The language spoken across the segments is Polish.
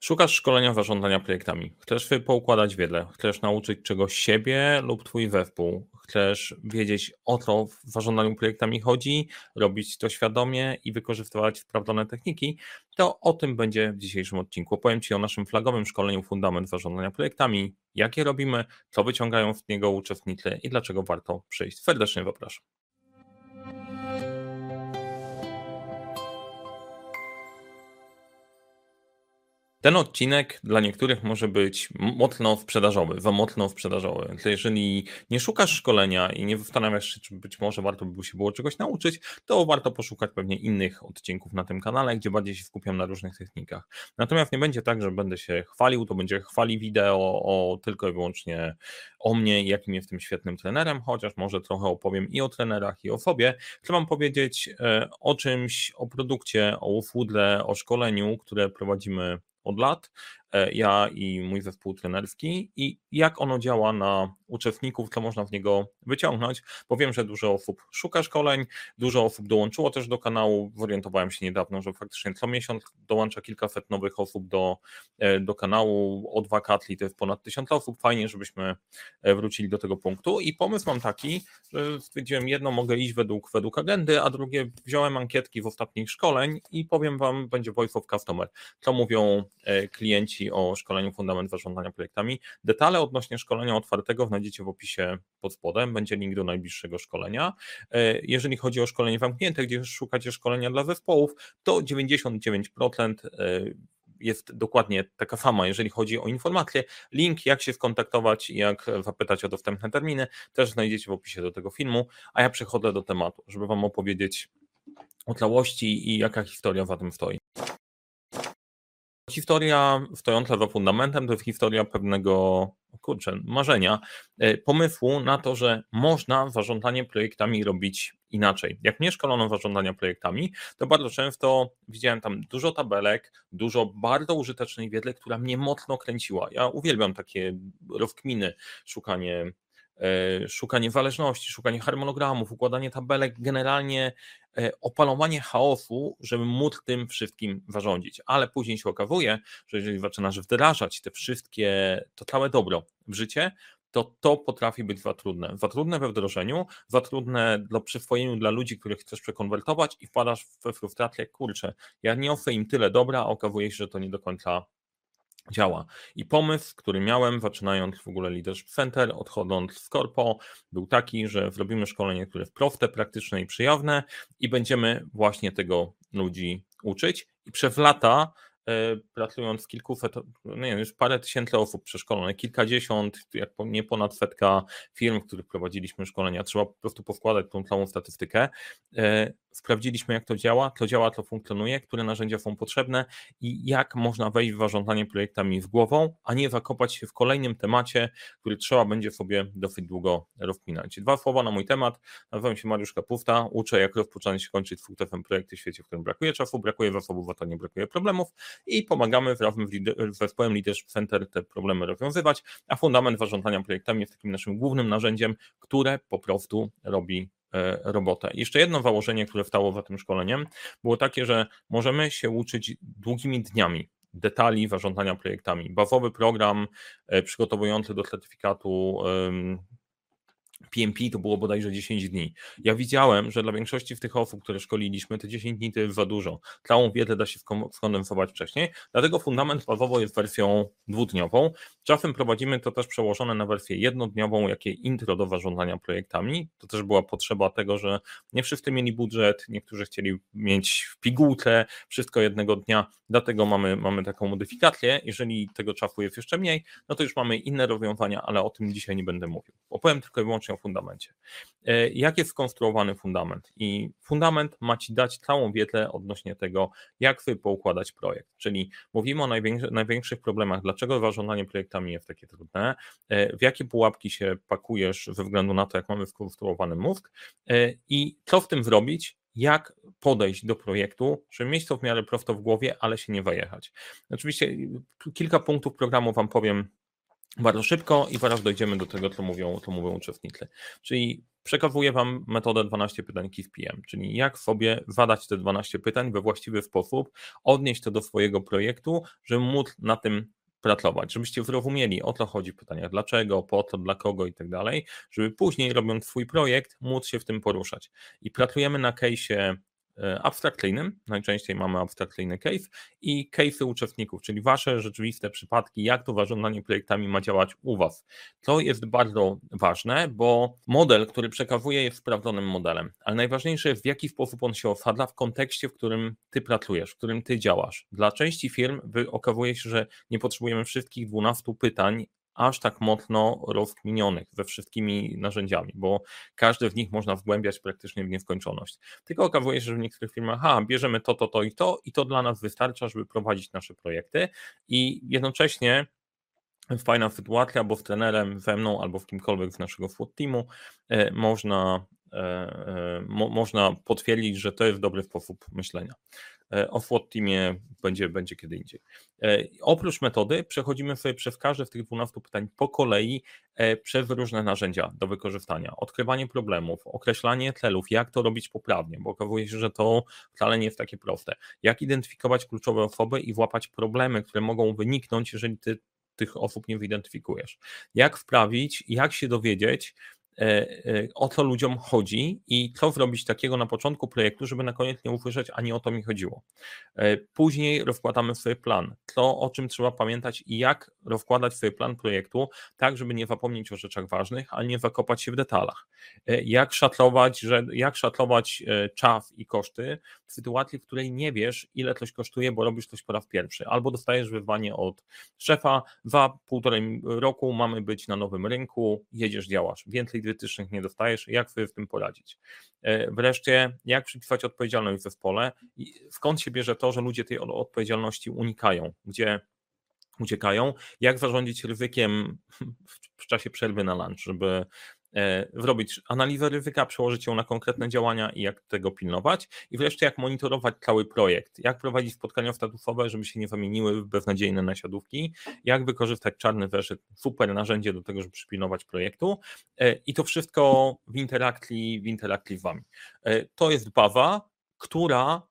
Szukasz szkolenia zarządzania projektami. Chcesz sobie poukładać wiedzę, chcesz nauczyć czegoś siebie lub twój zespół. Chcesz wiedzieć, o co w zarządzaniu projektami chodzi, robić to świadomie i wykorzystywać sprawdzone techniki. To o tym będzie w dzisiejszym odcinku. Opowiem Ci o naszym flagowym szkoleniu Fundament zarządzania projektami, jakie robimy, co wyciągają z niego uczestnicy i dlaczego warto przyjść. Serdecznie zapraszam. Ten odcinek dla niektórych może być mocno sprzedażowy, za mocno sprzedażowy. To jeżeli nie szukasz szkolenia i nie zastanawiasz się, czy być może warto by się było czegoś nauczyć, to warto poszukać pewnie innych odcinków na tym kanale, gdzie bardziej się skupiam na różnych technikach. Natomiast nie będzie tak, że będę się chwalił, to będzie chwali wideo tylko i wyłącznie o mnie i jakim jestem świetnym trenerem, chociaż może trochę opowiem i o trenerach, i o sobie. Chcę Wam powiedzieć o czymś, o produkcie, o usłudze, o szkoleniu, które prowadzimy od lat, ja i mój zespół trenerski, i jak ono działa na uczestników, co można z niego wyciągnąć, bo wiem, że dużo osób szuka szkoleń, dużo osób dołączyło też do kanału, zorientowałem się niedawno, że faktycznie co miesiąc dołącza kilkaset nowych osób do kanału, od wakacji to jest ponad 1000 osób, fajnie, żebyśmy wrócili do tego punktu i pomysł mam taki, że stwierdziłem, jedno mogę iść według agendy, a drugie wziąłem ankietki z ostatnich szkoleń i powiem Wam, będzie voice of customer, co mówią klienci o szkoleniu Fundament zarządzania projektami. Detale odnośnie szkolenia otwartego znajdziecie w opisie pod spodem, będzie link do najbliższego szkolenia. Jeżeli chodzi o szkolenie zamknięte, gdzie szukacie szkolenia dla zespołów, to 99% jest dokładnie taka sama, jeżeli chodzi o informacje. Link, jak się skontaktować, jak zapytać o dostępne terminy, też znajdziecie w opisie do tego filmu, a ja przechodzę do tematu, żeby Wam opowiedzieć o całości i jaka historia za tym stoi. Historia stojąca za fundamentem to jest historia pewnego, marzenia, pomysłu na to, że można zarządzanie projektami robić inaczej. Jak mnie szkolono zarządzania projektami, to bardzo często widziałem tam dużo tabelek, dużo bardzo użytecznej wiedzy, która mnie mocno kręciła. Ja uwielbiam takie rozkminy, szukanie zależności, szukanie harmonogramów, układanie tabelek, generalnie opanowanie chaosu, żeby móc tym wszystkim zarządzić. Ale później się okazuje, że jeżeli zaczynasz wdrażać to całe dobro w życie, to potrafi być za trudne. Za trudne we wdrożeniu, za trudne do przyswojenia dla ludzi, których chcesz przekonwertować i wpadasz we frustrację, kurczę, ja niosę im tyle dobra, a okazuje się, że to nie do końca działa. I pomysł, który miałem, zaczynając w ogóle Leadership Center, odchodząc z Corpo, był taki, że zrobimy szkolenie, które jest proste, praktyczne i przyjazne i będziemy właśnie tego ludzi uczyć. I przez lata, pracując z kilkuset, no nie wiem, już parę tysięcy osób przeszkolonych, kilkadziesiąt, jak nie ponad setka firm, w których prowadziliśmy szkolenia, trzeba po prostu poskładać tą całą statystykę. Sprawdziliśmy, jak to działa, co funkcjonuje, które narzędzia są potrzebne i jak można wejść w zarządzanie projektami z głową, a nie zakopać się w kolejnym temacie, który trzeba będzie sobie dosyć długo rozpinać. 2 słowa na mój temat. Nazywam się Mariusz Kapusta, uczę, jak rozpocząć i kończyć full-time projekty w świecie, w którym brakuje czasu, brakuje zasobów, a to nie brakuje problemów i pomagamy razem z zespołem Leadership Center te problemy rozwiązywać, a fundament zarządzania projektami jest takim naszym głównym narzędziem, które po prostu robi robotę. Jeszcze jedno założenie, które stało za tym szkoleniem, było takie, że możemy się uczyć długimi dniami detali zarządzania projektami. Bazowy program przygotowujący do certyfikatu PMP to było bodajże 10 dni. Ja widziałem, że dla większości z tych osób, które szkoliliśmy, te 10 dni to jest za dużo. Całą wiedzę da się skondensować wcześniej, dlatego fundament bazowo jest wersją dwudniową. Czasem prowadzimy to też przełożone na wersję jednodniową, jakie intro do zarządzania projektami. To też była potrzeba tego, że nie wszyscy mieli budżet, niektórzy chcieli mieć w pigułce wszystko jednego dnia, dlatego mamy taką modyfikację. Jeżeli tego czasu jest jeszcze mniej, no to już mamy inne rozwiązania, ale o tym dzisiaj nie będę mówił. Opowiem tylko i wyłącznie o fundamencie. Jak jest skonstruowany fundament? I fundament ma Ci dać całą wiedzę odnośnie tego, jak Wy poukładać projekt. Czyli mówimy o największych problemach, dlaczego zarządzanie projektami jest takie trudne, w jakie pułapki się pakujesz ze względu na to, jak mamy skonstruowany mózg i co w tym zrobić, jak podejść do projektu, żeby mieć to w miarę prosto w głowie, ale się nie wajechać. Oczywiście kilka punktów programu Wam powiem bardzo szybko i zaraz dojdziemy do tego, co mówią uczestnicy. Czyli przekazuje Wam metodę 12 pytań KISS-PM, czyli jak sobie zadać te 12 pytań we właściwy sposób, odnieść to do swojego projektu, żeby móc na tym pracować, żebyście zrozumieli, o co chodzi w pytaniach, dlaczego, po co, dla kogo i tak dalej, żeby później, robiąc swój projekt, móc się w tym poruszać. I pracujemy na case'ie abstrakcyjnym, najczęściej mamy abstrakcyjny case i case'y uczestników, czyli wasze rzeczywiste przypadki, jak to zarządzanie projektami ma działać u was. To jest bardzo ważne, bo model, który przekazuje, jest sprawdzonym modelem, ale najważniejsze jest, w jaki sposób on się osadza w kontekście, w którym ty pracujesz, w którym ty działasz. Dla części firm okazuje się, że nie potrzebujemy wszystkich 12 pytań aż tak mocno rozkminionych ze wszystkimi narzędziami, bo każdy w nich można wgłębiać praktycznie w nieskończoność. Tylko okazuje się, że w niektórych firmach, bierzemy to i to dla nas wystarcza, żeby prowadzić nasze projekty i jednocześnie fajna sytuacja, bo z trenerem, ze mną albo w kimkolwiek z naszego SWAT teamu można potwierdzić, że to jest dobry sposób myślenia. O SWAT teamie będzie kiedy indziej. Oprócz metody przechodzimy sobie przez każde z tych 12 pytań po kolei przez różne narzędzia do wykorzystania. Odkrywanie problemów, określanie celów, jak to robić poprawnie, bo okazuje się, że to wcale nie jest takie proste. Jak identyfikować kluczowe osoby i włapać problemy, które mogą wyniknąć, jeżeli ty tych osób nie zidentyfikujesz. Jak wprawić, jak się dowiedzieć, o co ludziom chodzi i co zrobić takiego na początku projektu, żeby na koniec nie usłyszeć, a nie o to mi chodziło. Później rozkładamy sobie plan, to o czym trzeba pamiętać i jak rozkładać sobie plan projektu, tak żeby nie zapomnieć o rzeczach ważnych, ale nie zakopać się w detalach. Jak szacować czas i koszty w sytuacji, w której nie wiesz, ile coś kosztuje, bo robisz coś po raz pierwszy, albo dostajesz wezwanie od szefa, za 1,5 roku mamy być na nowym rynku, jedziesz, działasz, więcej wytycznych nie dostajesz, jak sobie w tym poradzić. Wreszcie, jak przypisać odpowiedzialność w zespole i skąd się bierze to, że ludzie tej odpowiedzialności unikają, gdzie uciekają, jak zarządzić ryzykiem w czasie przerwy na lunch, żeby zrobić analizę ryzyka, przełożyć ją na konkretne działania i jak tego pilnować. I wreszcie jak monitorować cały projekt, jak prowadzić spotkania statusowe, żeby się nie zamieniły w beznadziejne nasiadówki, jak wykorzystać czarny zeszyt, super narzędzie do tego, żeby przypilnować projektu i to wszystko w interakcji z wami. To jest baza, która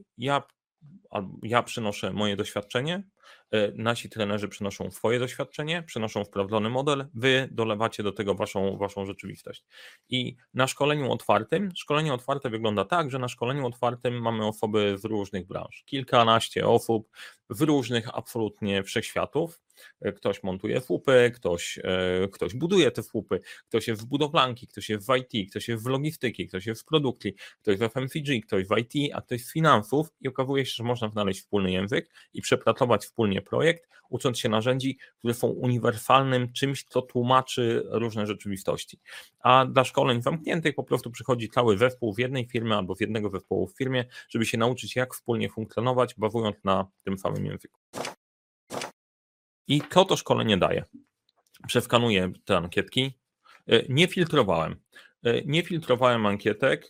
ja przynoszę moje doświadczenie, nasi trenerzy przynoszą swoje doświadczenie, przynoszą wprawdzony model, wy dolewacie do tego waszą rzeczywistość. I na szkolenie otwarte wygląda tak, że na szkoleniu otwartym mamy osoby z różnych branż, kilkanaście osób z różnych absolutnie wszechświatów. Ktoś montuje słupy, ktoś buduje te słupy, ktoś jest w budowlanki, ktoś jest w IT, ktoś jest w logistyki, ktoś jest w produkcji, ktoś w FMCG, ktoś w IT, a ktoś z finansów i okazuje się, że można znaleźć wspólny język i przepracować wspólnie projekt, ucząc się narzędzi, które są uniwersalnym czymś, co tłumaczy różne rzeczywistości. A dla szkoleń zamkniętych po prostu przychodzi cały zespół w jednej firmie albo z jednego zespołu w firmie, żeby się nauczyć, jak wspólnie funkcjonować, bazując na tym samym języku. I to szkolenie daje. Przeskanuję te ankietki. Nie filtrowałem. Nie filtrowałem ankietek,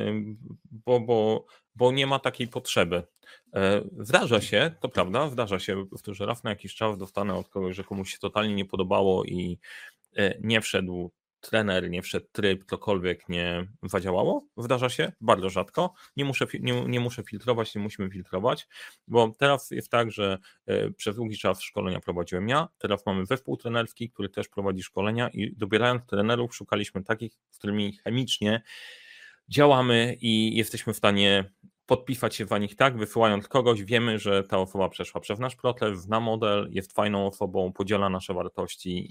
bo nie ma takiej potrzeby. Zdarza się, to prawda, zdarza się, że raz na jakiś czas dostanę od kogoś, że komuś się totalnie nie podobało i nie wszedł trener, nie wszedł tryb, cokolwiek nie zadziałało. Zdarza się, bardzo rzadko. Nie muszę filtrować, nie musimy filtrować, bo teraz jest tak, że przez długi czas szkolenia prowadziłem ja, teraz mamy zespół trenerski, który też prowadzi szkolenia i dobierając trenerów szukaliśmy takich, z którymi chemicznie działamy i jesteśmy w stanie podpisać się za nich tak, wysyłając kogoś, wiemy, że ta osoba przeszła przez nasz proces, zna model, jest fajną osobą, podziela nasze wartości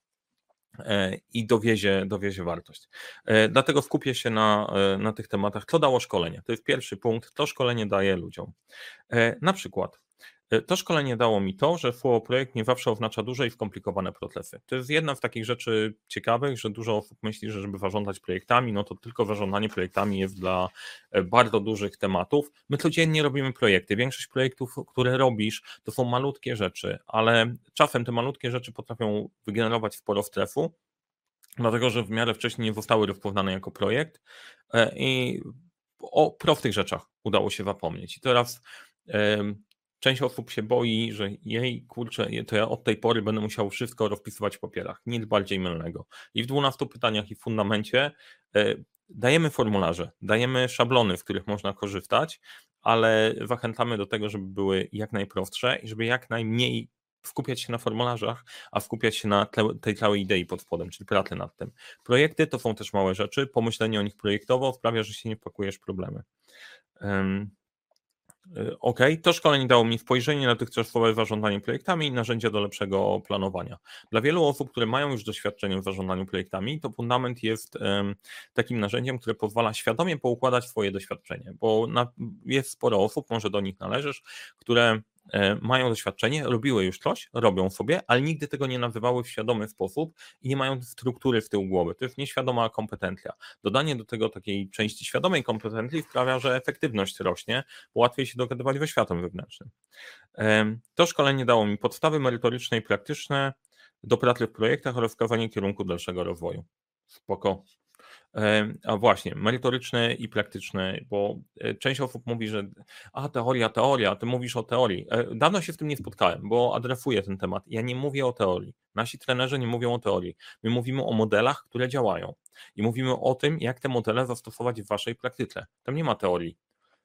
i dowiezie wartość. Dlatego skupię się na tych tematach. Co dało szkolenie? To jest pierwszy punkt. To szkolenie daje ludziom. Na przykład to szkolenie dało mi to, że słowo projekt nie zawsze oznacza duże i skomplikowane procesy. To jest jedna z takich rzeczy ciekawych, że dużo osób myśli, że żeby zarządzać projektami, no to tylko zarządzanie projektami jest dla bardzo dużych tematów. My codziennie robimy projekty. Większość projektów, które robisz, to są malutkie rzeczy, ale czasem te malutkie rzeczy potrafią wygenerować sporo stresu, dlatego że w miarę wcześniej nie zostały rozpoznane jako projekt i o prostych rzeczach udało się zapomnieć. I teraz Część osób się boi, że jej, kurczę, to ja od tej pory będę musiał wszystko rozpisywać w papierach. Nic bardziej mylnego. I w 12 pytaniach i w fundamencie dajemy formularze, dajemy szablony, z których można korzystać, ale zachęcamy do tego, żeby były jak najprostsze i żeby jak najmniej skupiać się na formularzach, a skupiać się na tej całej idei pod spodem, czyli pracy nad tym. Projekty to są też małe rzeczy, pomyślenie o nich projektowo sprawia, że się nie wpakujesz w problemy. OK, to szkolenie dało mi spojrzenie na dotychczasowe zarządzanie projektami i narzędzia do lepszego planowania. Dla wielu osób, które mają już doświadczenie w zarządzaniu projektami, to fundament jest takim narzędziem, które pozwala świadomie poukładać swoje doświadczenie, bo jest sporo osób, może do nich należysz, które mają doświadczenie, robiły już coś, robią sobie, ale nigdy tego nie nazywały w świadomy sposób i nie mają struktury w tył głowy. To jest nieświadoma kompetencja. Dodanie do tego takiej części świadomej kompetencji sprawia, że efektywność rośnie, bo łatwiej się dogadywać ze światem wewnętrznym. To szkolenie dało mi podstawy merytoryczne i praktyczne do pracy w projektach oraz wskazanie kierunku dalszego rozwoju. Spoko. A właśnie, merytoryczne i praktyczne, bo część osób mówi, że teoria, ty mówisz o teorii. Dawno się z tym nie spotkałem, bo adresuję ten temat. Ja nie mówię o teorii. Nasi trenerzy nie mówią o teorii. My mówimy o modelach, które działają i mówimy o tym, jak te modele zastosować w waszej praktyce. Tam nie ma teorii.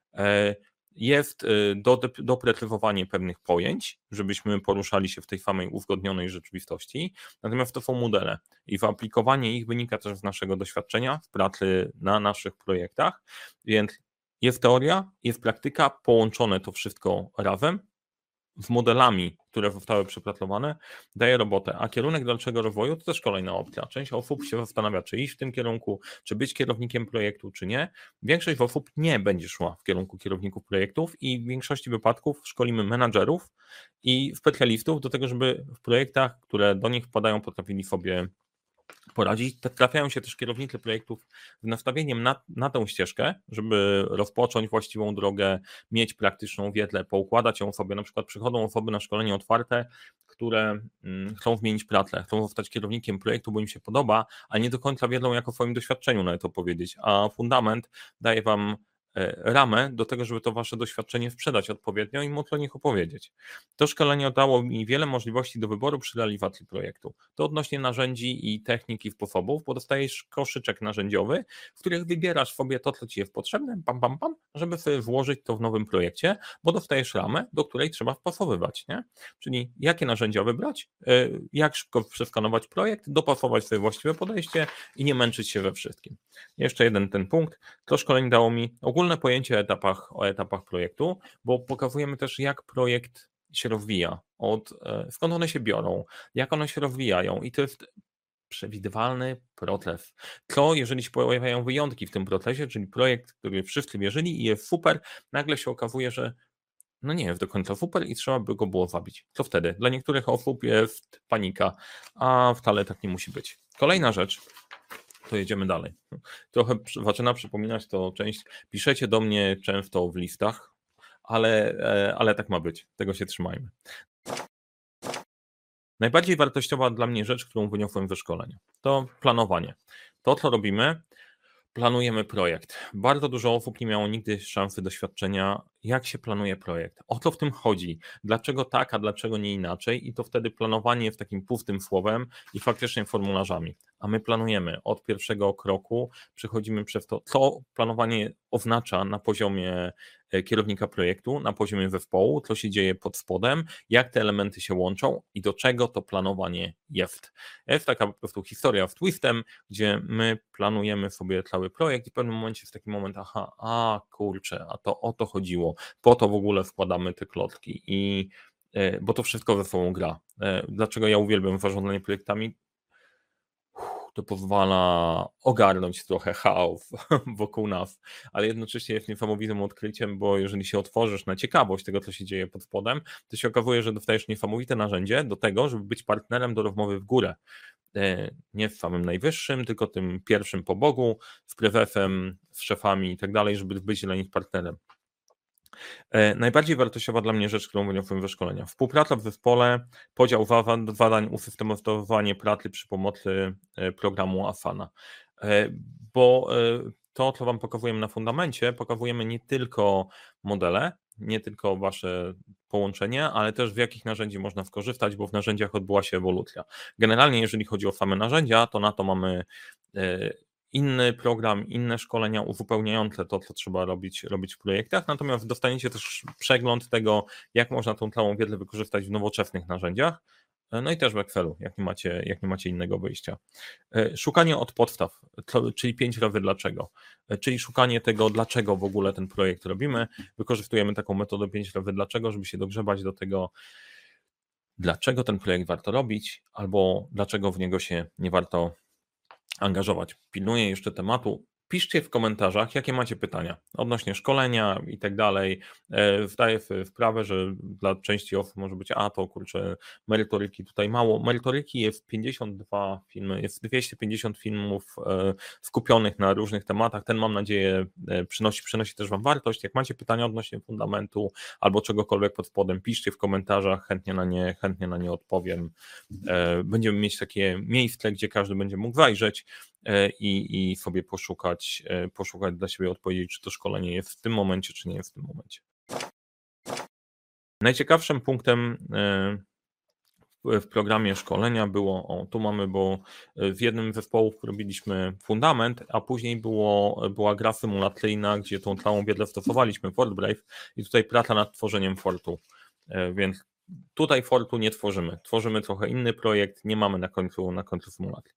Jest doprecyzowanie pewnych pojęć, żebyśmy poruszali się w tej samej uzgodnionej rzeczywistości, natomiast to są modele i wyaplikowanie ich wynika też z naszego doświadczenia w pracy na naszych projektach, więc jest teoria, jest praktyka, połączone to wszystko razem z modelami, które zostały przepracowane, daje robotę, a kierunek dalszego rozwoju to też kolejna opcja. Część osób się zastanawia, czy iść w tym kierunku, czy być kierownikiem projektu, czy nie. Większość osób nie będzie szła w kierunku kierowników projektów i w większości wypadków szkolimy menadżerów i specjalistów do tego, żeby w projektach, które do nich wpadają, potrafili sobie poradzić. Trafiają się też kierownicy projektów z nastawieniem na tę ścieżkę, żeby rozpocząć właściwą drogę, mieć praktyczną wiedzę, poukładać ją sobie. Na przykład przychodzą osoby na szkolenie otwarte, które chcą zmienić pracę, chcą zostać kierownikiem projektu, bo im się podoba, a nie do końca wiedzą, jak o swoim doświadczeniu nawet opowiedzieć. A fundament daje wam ramę do tego, żeby to wasze doświadczenie sprzedać odpowiednio i móc o nich opowiedzieć. To szkolenie dało mi wiele możliwości do wyboru przy realizacji projektu. To odnośnie narzędzi i technik i sposobów, bo dostajesz koszyczek narzędziowy, w których wybierasz sobie to, co ci jest potrzebne, żeby sobie włożyć to w nowym projekcie, bo dostajesz ramę, do której trzeba wpasowywać, nie? Czyli jakie narzędzia wybrać, jak szybko przeskanować projekt, dopasować sobie właściwe podejście i nie męczyć się we wszystkim. Jeszcze jeden ten punkt. To szkolenie dało mi ogólne pojęcie o etapach projektu, bo pokazujemy też, jak projekt się rozwija, skąd one się biorą, jak one się rozwijają i to jest przewidywalny proces. Co, jeżeli się pojawiają wyjątki w tym procesie, czyli projekt, który wszyscy wierzyli i jest super, nagle się okazuje, że no nie jest do końca super i trzeba by go było zabić. Co wtedy? Dla niektórych osób jest panika, a wcale tak nie musi być. Kolejna rzecz, to jedziemy dalej. Trochę zaczyna przypominać to część, piszecie do mnie często w listach, ale tak ma być, tego się trzymajmy. Najbardziej wartościowa dla mnie rzecz, którą wyniosłem ze szkolenia, to planowanie. To, co robimy, planujemy projekt. Bardzo dużo osób nie miało nigdy szansy doświadczenia, jak się planuje projekt. O co w tym chodzi? Dlaczego tak, a dlaczego nie inaczej? I to wtedy planowanie jest takim pustym słowem i faktycznie formularzami. A my planujemy od pierwszego kroku, przechodzimy przez to, co planowanie oznacza na poziomie kierownika projektu, na poziomie zespołu, co się dzieje pod spodem, jak te elementy się łączą i do czego to planowanie jest. Jest taka po prostu historia z twistem, gdzie my planujemy sobie cały projekt i w pewnym momencie jest taki moment, kurczę, a to o to chodziło, po to w ogóle wkładamy te klocki i bo to wszystko ze sobą gra. Dlaczego ja uwielbiam zarządzanie projektami? To pozwala ogarnąć trochę chaos wokół nas, ale jednocześnie jest niesamowitym odkryciem, bo jeżeli się otworzysz na ciekawość tego, co się dzieje pod spodem, to się okazuje, że dostajesz niesamowite narzędzie do tego, żeby być partnerem do rozmowy w górę. Nie w samym najwyższym, tylko tym pierwszym po bogu, z prezesem, z szefami i tak dalej, żeby być dla nich partnerem. Najbardziej wartościowa dla mnie rzecz, którą wyniosłem ze szkolenia. Współpraca w zespole, podział zadań, usystematyzowanie pracy przy pomocy programu Asana. Bo to, co Wam pokazujemy na fundamencie, pokazujemy nie tylko modele, nie tylko wasze połączenie, ale też w jakich narzędzi można skorzystać, bo w narzędziach odbyła się ewolucja. Generalnie jeżeli chodzi o same narzędzia, to na to mamy inny program, inne szkolenia uzupełniające to, co trzeba robić w projektach, natomiast dostaniecie też przegląd tego, jak można tą całą wiedzę wykorzystać w nowoczesnych narzędziach, no i też w Excelu, jak nie macie innego wyjścia. Szukanie od podstaw, czyli 5 razy dlaczego, czyli szukanie tego, dlaczego w ogóle ten projekt robimy. Wykorzystujemy taką metodę 5 razy dlaczego, żeby się dogrzebać do tego, dlaczego ten projekt warto robić, albo dlaczego w niego się nie warto angażować. Pilnuję jeszcze tematu. Piszcie w komentarzach, jakie macie pytania odnośnie szkolenia i tak dalej. Wdaję wprawę, że dla części osób może być, to kurczę, merytoryki tutaj mało. Merytoryki jest 52 filmy, jest 250 filmów skupionych na różnych tematach. Ten, mam nadzieję, przynosi też Wam wartość. Jak macie pytania odnośnie fundamentu albo czegokolwiek pod spodem, piszcie w komentarzach, chętnie na nie odpowiem. Będziemy mieć takie miejsce, gdzie każdy będzie mógł zajrzeć i sobie poszukać dla siebie odpowiedzi, czy to szkolenie jest w tym momencie, czy nie jest w tym momencie. Najciekawszym punktem w programie szkolenia było, tu mamy, bo w jednym z zespołów robiliśmy fundament, a później była gra symulacyjna, gdzie tą całą wiedzę stosowaliśmy, Fort Brave, i tutaj praca nad tworzeniem fortu, więc tutaj fortu nie tworzymy trochę inny projekt, nie mamy na końcu symulacji.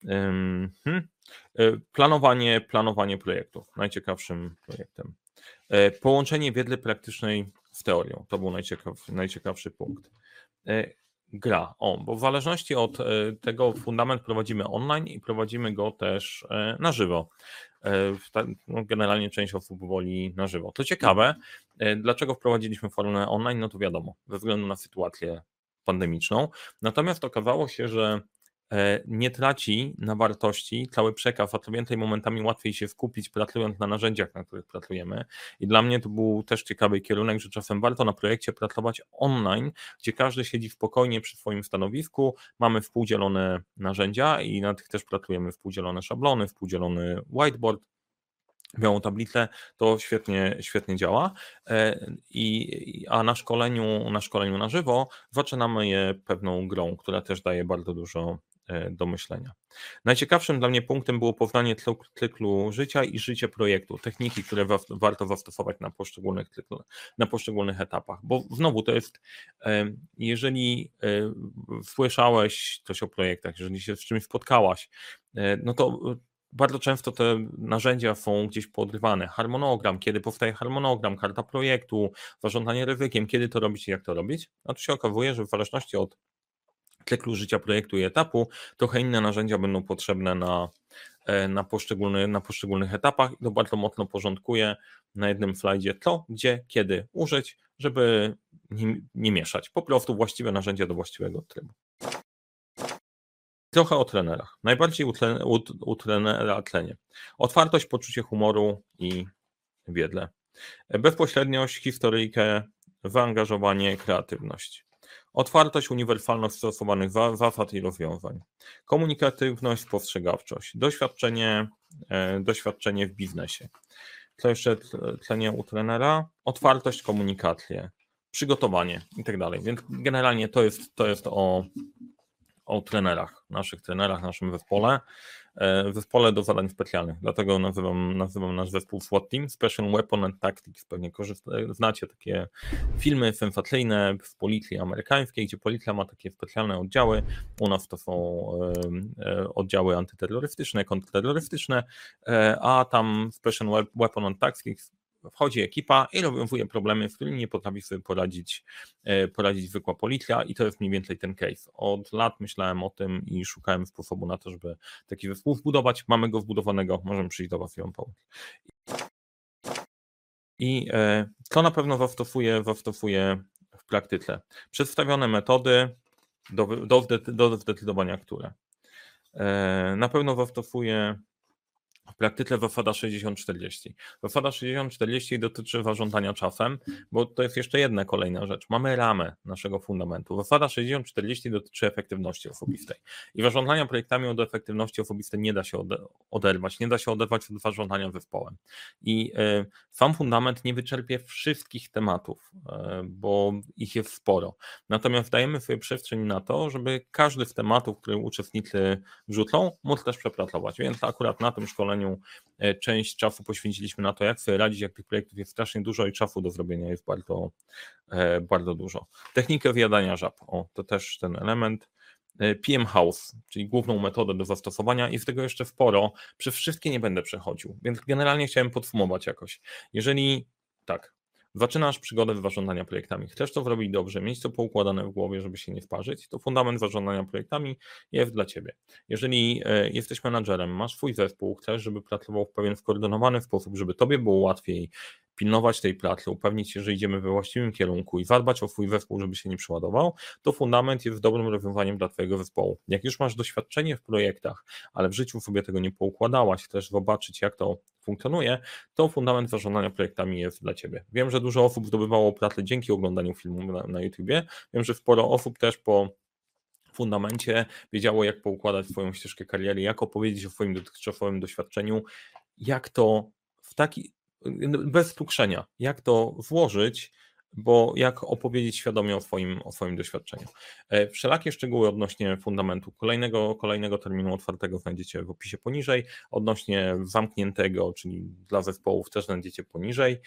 Planowanie projektu, najciekawszym projektem. Połączenie wiedzy praktycznej z teorią, to był najciekawszy punkt. Gra, bo w zależności od tego fundament prowadzimy online i prowadzimy go też na żywo. Generalnie część osób woli na żywo. To ciekawe, dlaczego wprowadziliśmy formę online, no to wiadomo, ze względu na sytuację pandemiczną. Natomiast okazało się, że nie traci na wartości cały przekaz, a co więcej, momentami łatwiej się skupić, pracując na narzędziach, na których pracujemy. I dla mnie to był też ciekawy kierunek, że czasem warto na projekcie pracować online, gdzie każdy siedzi spokojnie przy swoim stanowisku, mamy współdzielone narzędzia i na tych też pracujemy, współdzielone szablony, współdzielony whiteboard, białą tablicę, to świetnie działa. A na szkoleniu na żywo zaczynamy je pewną grą, która też daje bardzo dużo do myślenia. Najciekawszym dla mnie punktem było poznanie cyklu życia i życie projektu, techniki, które warto zastosować na poszczególnych etapach, bo znowu to jest, jeżeli słyszałeś coś o projektach, jeżeli się z czymś spotkałaś, no to bardzo często te narzędzia są gdzieś podrywane. Harmonogram, kiedy powstaje harmonogram, karta projektu, zarządzanie ryzykiem, kiedy to robić i jak to robić. A tu się okazuje, że w zależności od cyklu życia projektu i etapu, trochę inne narzędzia będą potrzebne na poszczególnych etapach i to bardzo mocno porządkuje na jednym slajdzie co, gdzie, kiedy użyć, żeby nie mieszać. Po prostu właściwe narzędzia do właściwego trybu. Trochę o trenerach. Najbardziej u trenera tlenie. Otwartość, poczucie humoru i wiedzę. Bezpośredniość, historyjkę, zaangażowanie, kreatywność. Otwartość, uniwersalność stosowanych zasad i rozwiązań. Komunikatywność, spostrzegawczość. Doświadczenie w biznesie. Co jeszcze tlenie u trenera? Otwartość, komunikację, przygotowanie i tak dalej. Więc generalnie to jest o trenerach, naszym zespole do zadań specjalnych. Dlatego nazywam nasz zespół SWAT Team, Special Weapon and Tactics. Pewnie znacie takie filmy sensacyjne z policji amerykańskiej, gdzie policja ma takie specjalne oddziały. U nas to są oddziały antyterrorystyczne, kontrterrorystyczne, a tam Special Weapon and Tactics wchodzi ekipa i rozwiązuje problemy, z którymi nie potrafi sobie poradzić zwykła policja i to jest mniej więcej ten case. Od lat myślałem o tym i szukałem sposobu na to, żeby taki zespół zbudować. Mamy go zbudowanego, możemy przyjść do Was i ją pomóc. I to na pewno zastosuję w praktyce. Przedstawione metody do zdecydowania, które. Na pewno zastosuję w praktyce WFADA 60-40. WFADA 60-40 dotyczy zarządzania czasem, bo to jest jeszcze jedna kolejna rzecz. Mamy ramę naszego fundamentu. WFADA 60-40 dotyczy efektywności osobistej. I zarządzania projektami od efektywności osobistej nie da się oderwać. Nie da się oderwać od zarządzania zespołem. I sam fundament nie wyczerpie wszystkich tematów, bo ich jest sporo. Natomiast dajemy sobie przestrzeń na to, żeby każdy z tematów, które uczestnicy wrzucą, móc też przepracować. Więc akurat na tym szkoleniu część czasu poświęciliśmy na to, jak sobie radzić, jak tych projektów jest strasznie dużo i czasu do zrobienia jest bardzo, bardzo dużo. Technikę wyjadania żab, to też ten element. PM House, czyli główną metodę do zastosowania i z tego jeszcze sporo. Przez wszystkie nie będę przechodził, więc generalnie chciałem podsumować jakoś. Jeżeli tak, zaczynasz przygodę z zarządzania projektami, chcesz to zrobić dobrze, mieć to poukładane w głowie, żeby się nie wparzyć, to fundament zarządzania projektami jest dla Ciebie. Jeżeli jesteś menadżerem, masz swój zespół, chcesz, żeby pracował w pewien skoordynowany sposób, żeby Tobie było łatwiej pilnować tej pracy, upewnić się, że idziemy we właściwym kierunku i zadbać o swój zespół, żeby się nie przeładował, to fundament jest dobrym rozwiązaniem dla Twojego zespołu. Jak już masz doświadczenie w projektach, ale w życiu sobie tego nie poukładałaś, chcesz zobaczyć, jak to funkcjonuje, to fundament zarządzania projektami jest dla Ciebie. Wiem, że dużo osób zdobywało pracę dzięki oglądaniu filmu na YouTubie. Wiem, że sporo osób też po fundamencie wiedziało, jak poukładać swoją ścieżkę kariery, jak opowiedzieć o swoim dotychczasowym doświadczeniu, jak to w taki, bez tukrzenia, jak to włożyć, bo jak opowiedzieć świadomie o swoim doświadczeniu. Wszelakie szczegóły odnośnie fundamentu kolejnego terminu otwartego znajdziecie w opisie poniżej, odnośnie zamkniętego, czyli dla zespołów też znajdziecie poniżej.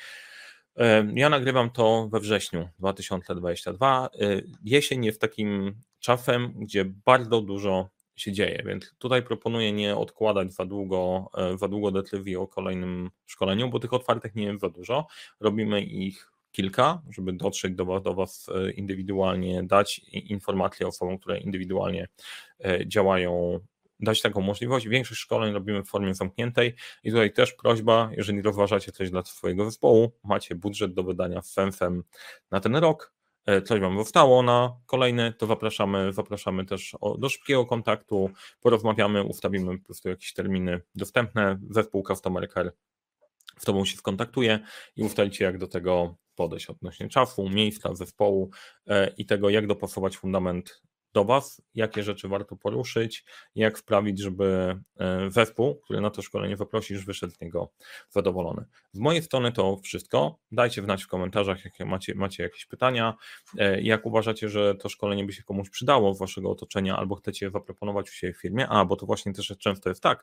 Ja nagrywam to we wrześniu 2022. Jesień jest takim czasem, gdzie bardzo dużo się dzieje, więc tutaj proponuję nie odkładać za długo decyzji o kolejnym szkoleniu, bo tych otwartych nie jest za dużo. Robimy ich kilka, żeby dotrzeć do Was indywidualnie, dać informacje osobom, które indywidualnie działają, dać taką możliwość. Większość szkoleń robimy w formie zamkniętej i tutaj też prośba, jeżeli rozważacie coś dla swojego zespołu, macie budżet do wydania z sensem na ten rok, coś Wam zostało na kolejny, to zapraszamy też do szybkiego kontaktu, porozmawiamy, ustawimy po prostu jakieś terminy dostępne, zespół Customer Care z Tobą się skontaktuje i ustalicie, jak do tego podejść odnośnie czasu, miejsca, zespołu i tego, jak dopasować fundament do Was, jakie rzeczy warto poruszyć, jak sprawić, żeby zespół, który na to szkolenie zaprosisz, wyszedł z niego zadowolony. Z mojej strony to wszystko. Dajcie znać w komentarzach, jakie macie jakieś pytania, jak uważacie, że to szkolenie by się komuś przydało z Waszego otoczenia, albo chcecie je zaproponować u siebie w firmie, bo to właśnie też często jest tak,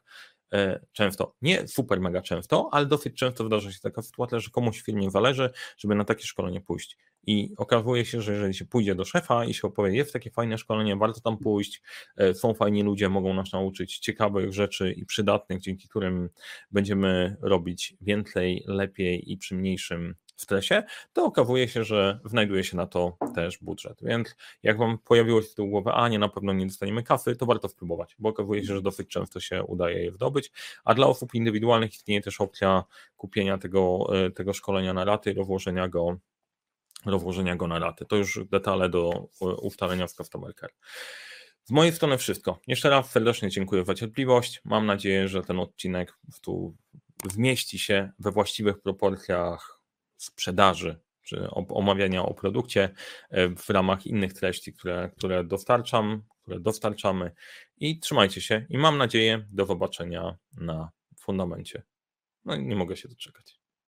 nie super mega często, ale dosyć często wydarza się taka sytuacja, że komuś w firmie zależy, żeby na takie szkolenie pójść. I okazuje się, że jeżeli się pójdzie do szefa i się opowie, jest takie fajne szkolenie, warto tam pójść, są fajni ludzie, mogą nas nauczyć ciekawych rzeczy i przydatnych, dzięki którym będziemy robić więcej, lepiej i przy mniejszym stresie, to okazuje się, że znajduje się na to też budżet. Więc jak Wam pojawiło się z tyłu głowy, na pewno nie dostaniemy kasy, to warto spróbować, bo okazuje się, że dosyć często się udaje je zdobyć, a dla osób indywidualnych istnieje też opcja kupienia tego szkolenia na raty i rozłożenia go na raty. To już detale do ustalenia z Customer Care. Z mojej strony wszystko. Jeszcze raz serdecznie dziękuję za cierpliwość. Mam nadzieję, że ten odcinek tu zmieści się we właściwych proporcjach sprzedaży czy omawiania o produkcie w ramach innych treści, które dostarczamy i trzymajcie się i mam nadzieję do zobaczenia na fundamencie. No i nie mogę się doczekać.